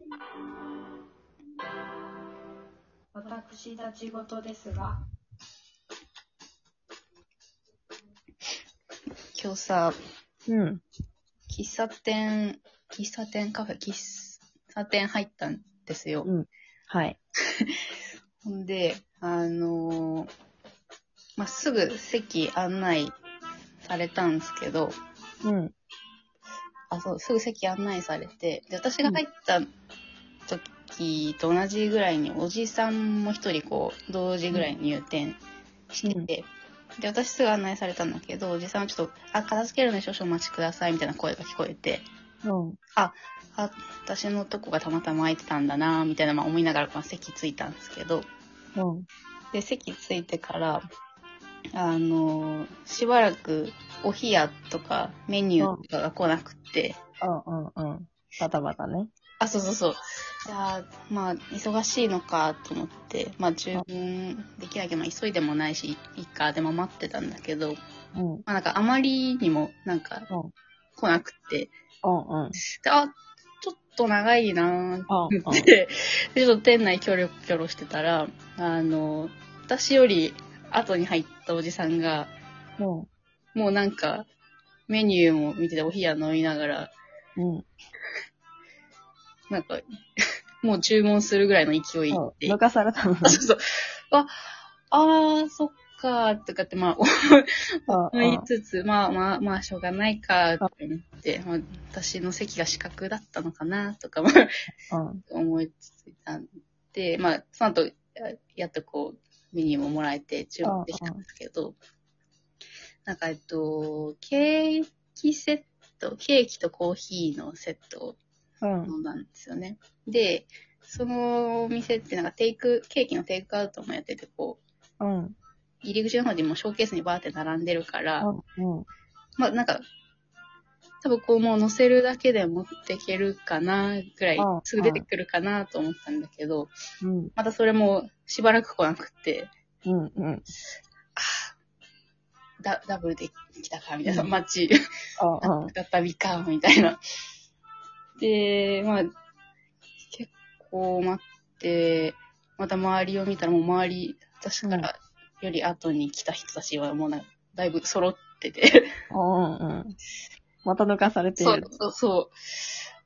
私たち事ですが、 今日さ、 うん。 喫茶店入ったんですよ。 うん。はい。 ほんで、すぐ席案内されたんですけど、 うん。 すぐ席案内されて、で、私が入った時と同じぐらいに、おじさんも一人同時ぐらいに入店してて、で、私すぐ案内されたんだけど、おじさんはちょっと、片付けるので少々お待ちくださいみたいな声が聞こえて、私のとこがたまたま空いてたんだなみたいな、思いながら席着いたんですけど、で、席着いてから、しばらくお冷やとかメニューとかが来なくって、 バタバタね。 そう。いや忙しいのかと思って、十分できなきゃ、急いでもないし、いいか、でも待ってたんだけど、あまりにも、来なくって、で、ちょっと長いなーって、で、ちょっと店内キョロしてたら、私より後に入ったおじさんが、もうメニューも見てて、お冷や飲みながら、もう注文するぐらいの勢いで。 抜かされたの。 そう。そっか、とかって、思いつつ、しょうがないか、と思って、私の席が死角だったのかな、とか、思いつついたんで、その後、やっとメニューももらえて注文できたんですけど、ケーキとコーヒーのセットを飲んだんですよね。で、そのお店ってケーキのテイクアウトもやってて、入り口の方にもショーケースにバーって並んでるから、多分もう乗せるだけで持っていけるかな、ぐらい、すぐ出てくるかなと思ったんだけど、またそれもしばらく来なくって、ダブルで来たか、みたいな、マッチ、再びか、みたいな。で、結構待って、また周りを見たら、もう周り、私からより後に来た人たちはもうだいぶ揃ってて。 また抜かされてる。 そう。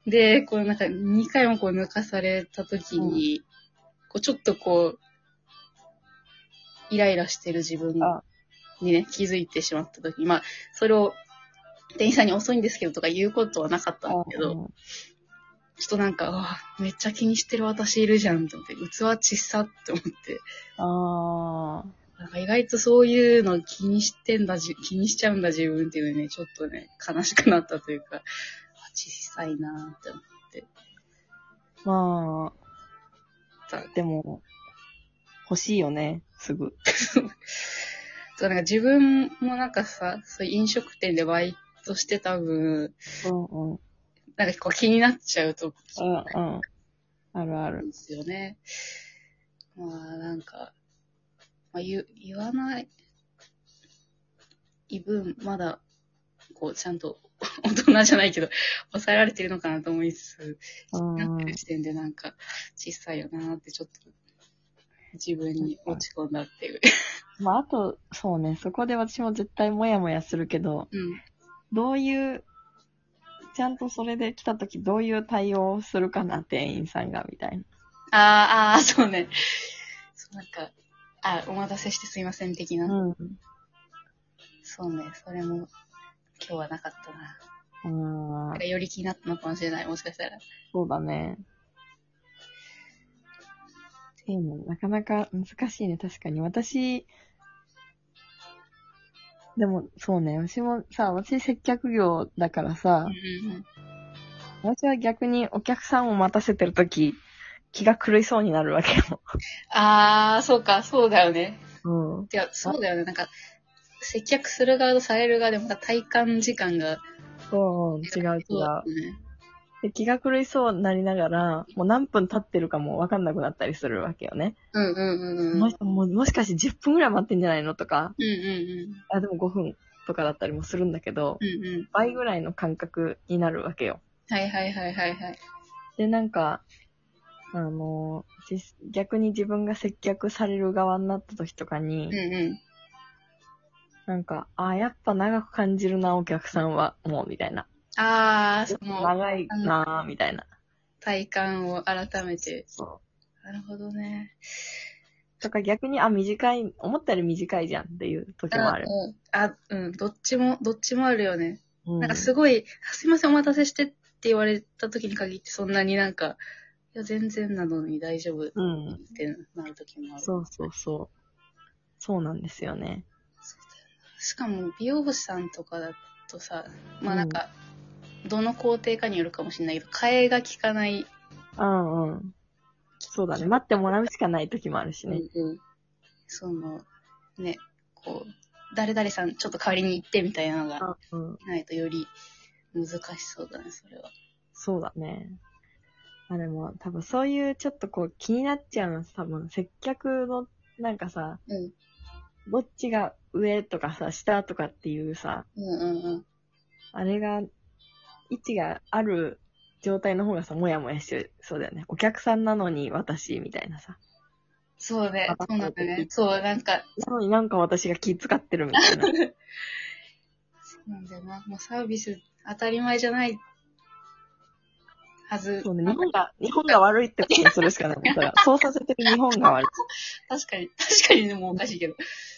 で、2回も抜かされた時に、ちょっとイライラしてる自分にね、気づいてしまった時に、それを店員さんに遅いんですけどとか言うことはなかったんだけど、ちょっとめっちゃ気にしてる私いるじゃんと思って、器ちっさって思って。意外とそういうの気にしちゃうんだ自分っていうのね、ちょっとね、悲しくなったというか、小さいなーって思って。 でも、欲しいよね、すぐ。 そう、自分もそういう飲食店でバイトしてた分、気になっちゃうと、 あるある。 ですよね。言わない分、まだ、ちゃんと大人じゃないけど、抑えられてるのかなと思いつつ、なってる時点で小さいよなーってちょっと、自分に落ち込んだっていう。 あと、そうね、そこで私も絶対もやもやするけど、どういう、ちゃんとそれで来たときどういう対応をするかな、店員さんが、みたいな。そうね。お待たせしてすいません、的な。そうね、それも、今日はなかったな。より気になったのかもしれない、もしかしたら。 そうだね。なかなか難しいね、確かに。でも、そうね、私接客業だからさ、私は逆にお客さんを待たせてるとき、気が狂いそうになるわけよ。 そうか、そうだよね。いや、そうだよね。接客する側とされる側でまた体感時間が。 違う。で、気が狂いそうになりながら、もう何分経ってるかもわかんなくなったりするわけよね。もしかして10分ぐらい待ってんじゃないのとか。でも5分とかだったりもするんだけど、倍ぐらいの感覚になるわけよ。 はい。 で、 逆に自分が接客される側になった時とかに、 うんうん。 なんか、やっぱ長く感じるな、お客さんは、もう、みたいな。長いなみたいな。 体感を改めて。 そう。 なるほどね。 とか逆に、短い、思ったより短いじゃんっていう時もある。 どっちもあるよね。なんかすごい、すいませんお待たせしてって言われた時に限ってそんなになんか、いや全然なのに大丈夫ってなる時もある。 そうそうそう。そうなんですよね。 そうだよな。しかも美容師さんとかだとさ、まあなんか、どの工程かによるかもしれないけど、替えが効かない。 そうだね。待ってもらうしかない時もあるしね。 誰々さんちょっと代わりに行ってみたいなのがないとより難しそうだね、それは。 そうだね。でも多分そういうちょっと気になっちゃうのは多分接客のなんかさ、どっちが上とかさ、下とかっていうさ、あれが、位置がある状態の方がさ、もやもやしてそうだよね。お客さんなのに私、みたいなさ。 そうね。そうなんだね。そう、なんか。 なのになんか私が気遣ってるみたいな。 そうなんだよな。もうサービス当たり前じゃないはず。 そうね。日本が悪いってことにするしかない。そうさせてる日本が悪い。 確かにでもおかしいけど。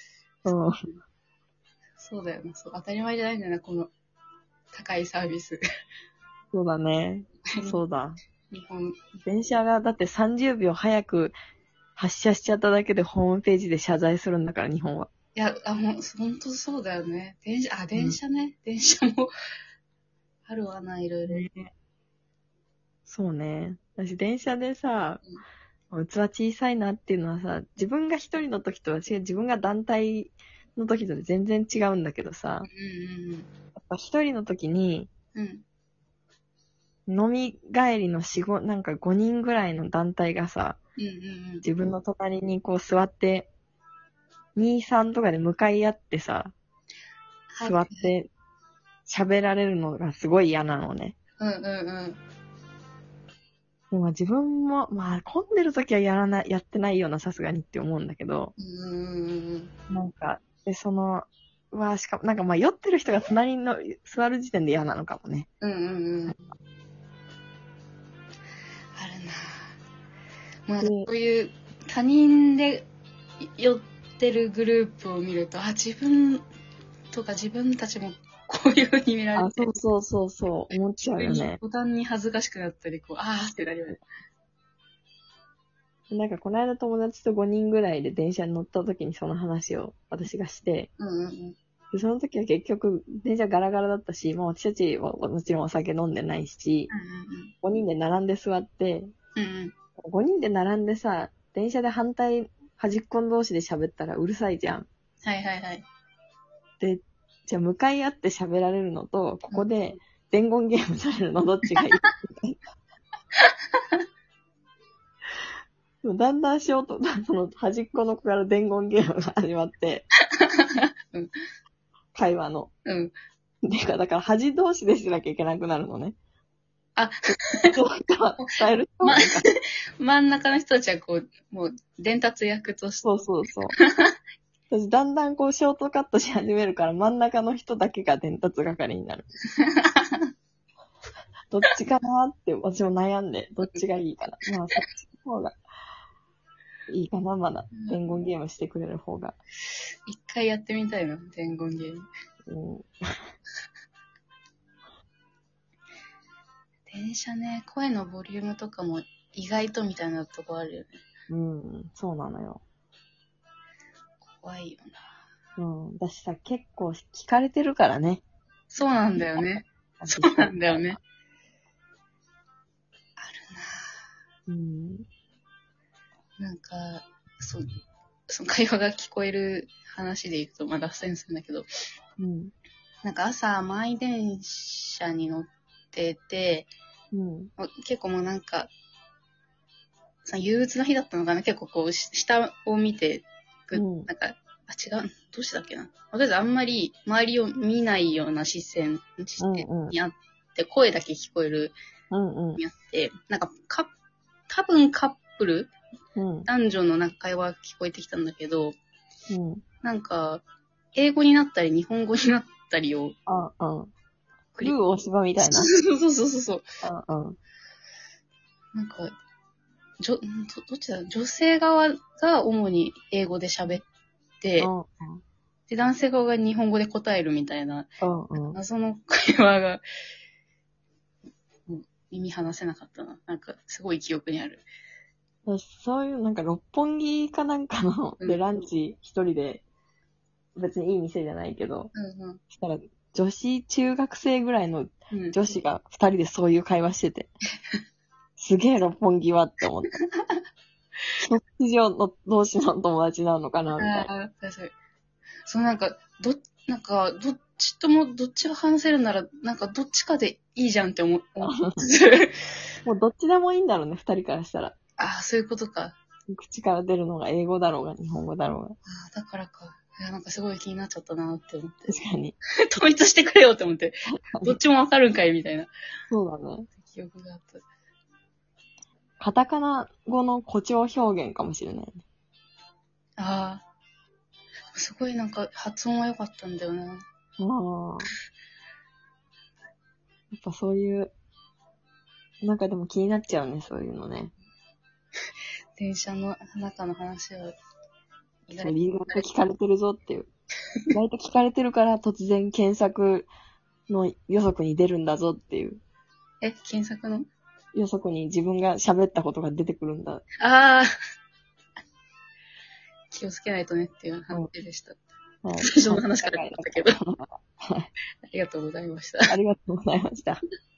そうだよね。そう、当たり前じゃないんだよな、この高いサービス。 そうだね。そうだ。 日本。 電車がだって30秒早く発車しちゃっただけでホームページで謝罪するんだから、日本は。 いや、ほんとそうだよね。電車ね。電車もあるわな、いろいろ。ね、 そうね。私、電車でさ、器小さいなっていうのはさ、自分が一人の時とは違う、自分が団体の時と全然違うんだけどさ、やっぱ一人の時に、飲み帰りのなんか5人ぐらいの団体がさ、自分の隣に座って、2、3とかで向かい合ってさ、座って喋られるのがすごい嫌なのね。でも自分も、混んでる時はやってないようなさすがにって思うんだけど、なんか、で、しかも、なんか酔ってる人が隣の座る時点で嫌なのかもね。 あるなぁ。そういう他人で酔ってるグループを見ると、自分とか自分たちもこういう風に見られて。 そう、思っちゃうよね。 途端に恥ずかしくなったり、ってなるよね。 なんかこの間友達と5人ぐらいで電車に乗った時にその話を私がして、でその時は結局電車ガラガラだったし、私たちはもちろんお酒飲んでないし、5人で並んで座って、5人で並んでさ、電車で端っこ同士で喋ったらうるさいじゃん。で、じゃあ向かい合って喋られるのと、ここで伝言ゲームされるのどっちがいいだんだんその端っこの子から伝言ゲームが始まって、会話の。だから端同士でしなきゃいけなくなるのね。伝える真ん中の人たちはもう伝達役として。 そう。私だんだんショートカットし始めるから真ん中の人だけが伝達係になる。どっちかなって私も悩んで、どっちがいいかな。そっちの方がいいかな、まだ。伝言ゲームしてくれる方が。 一回やってみたいな、伝言ゲーム。電車ね、声のボリュームとかも意外とみたいなとこあるよね。 そうなのよ。 怖いよな。 私さ、結構聞かれてるからね。 そうなんだよね。そうなんだよね。あるな。なんか、その会話が聞こえる話でいくと、脱線するんだけど、なんか朝、満員電車に乗ってて、結構もうなんか、憂鬱な日だったのかな、結構下を見て、なんか、違う、どうしたっけな。とりあえずあんまり周りを見ないような視線にあって、声だけ聞こえるにあって、なんかカッ多分カップル、 うん。 男女のなんか会話聞こえてきたんだけど、 うん。 なんか、英語になったり日本語になったりをあ、うん。 繰りルー大芝みたいな。 そうそうそうそう。 あ、うん。 なんか、どっちだ、女性側が主に英語で喋って、 うん。 で、男性側が日本語で答えるみたいな、 うん。 謎の会話が、耳離せなかったな。なんか、すごい記憶にある。 そういう、なんか六本木かなんかの、で、ランチ一人で、別にいい店じゃないけど、したら、女子中学生ぐらいの女子が二人でそういう会話してて、すげえ六本木はって思った。そっち上の同士の友達なのかなみたいな。 ああ、確かに。そう、なんか、どっちが話せるなら、なんかどっちかでいいじゃんって思う。 もうどっちでもいいんだろうね、二人からしたら。 ああ、そういうことか。 口から出るのが英語だろうが、日本語だろうが。 ああ、だからか。いや、なんかすごい気になっちゃったなって思って。 確かに。 統一してくれよって思って。どっちもわかるんかいみたいな。 そうだね。 記憶があった。 カタカナ語の誇張表現かもしれないね。 ああ。すごいなんか発音は良かったんだよな。 ああ。やっぱそういう、なんかでも気になっちゃうね、そういうのね。 電車の中の話を意外と聞かれてるぞっていう。意外と聞かれてるから突然検索の予測に出るんだぞっていう。 検索の予測に自分が喋ったことが出てくるんだ。 ああ。気をつけないとねっていう話でした。はい。最初の話からだったけど。ありがとうございました。 ありがとうございました。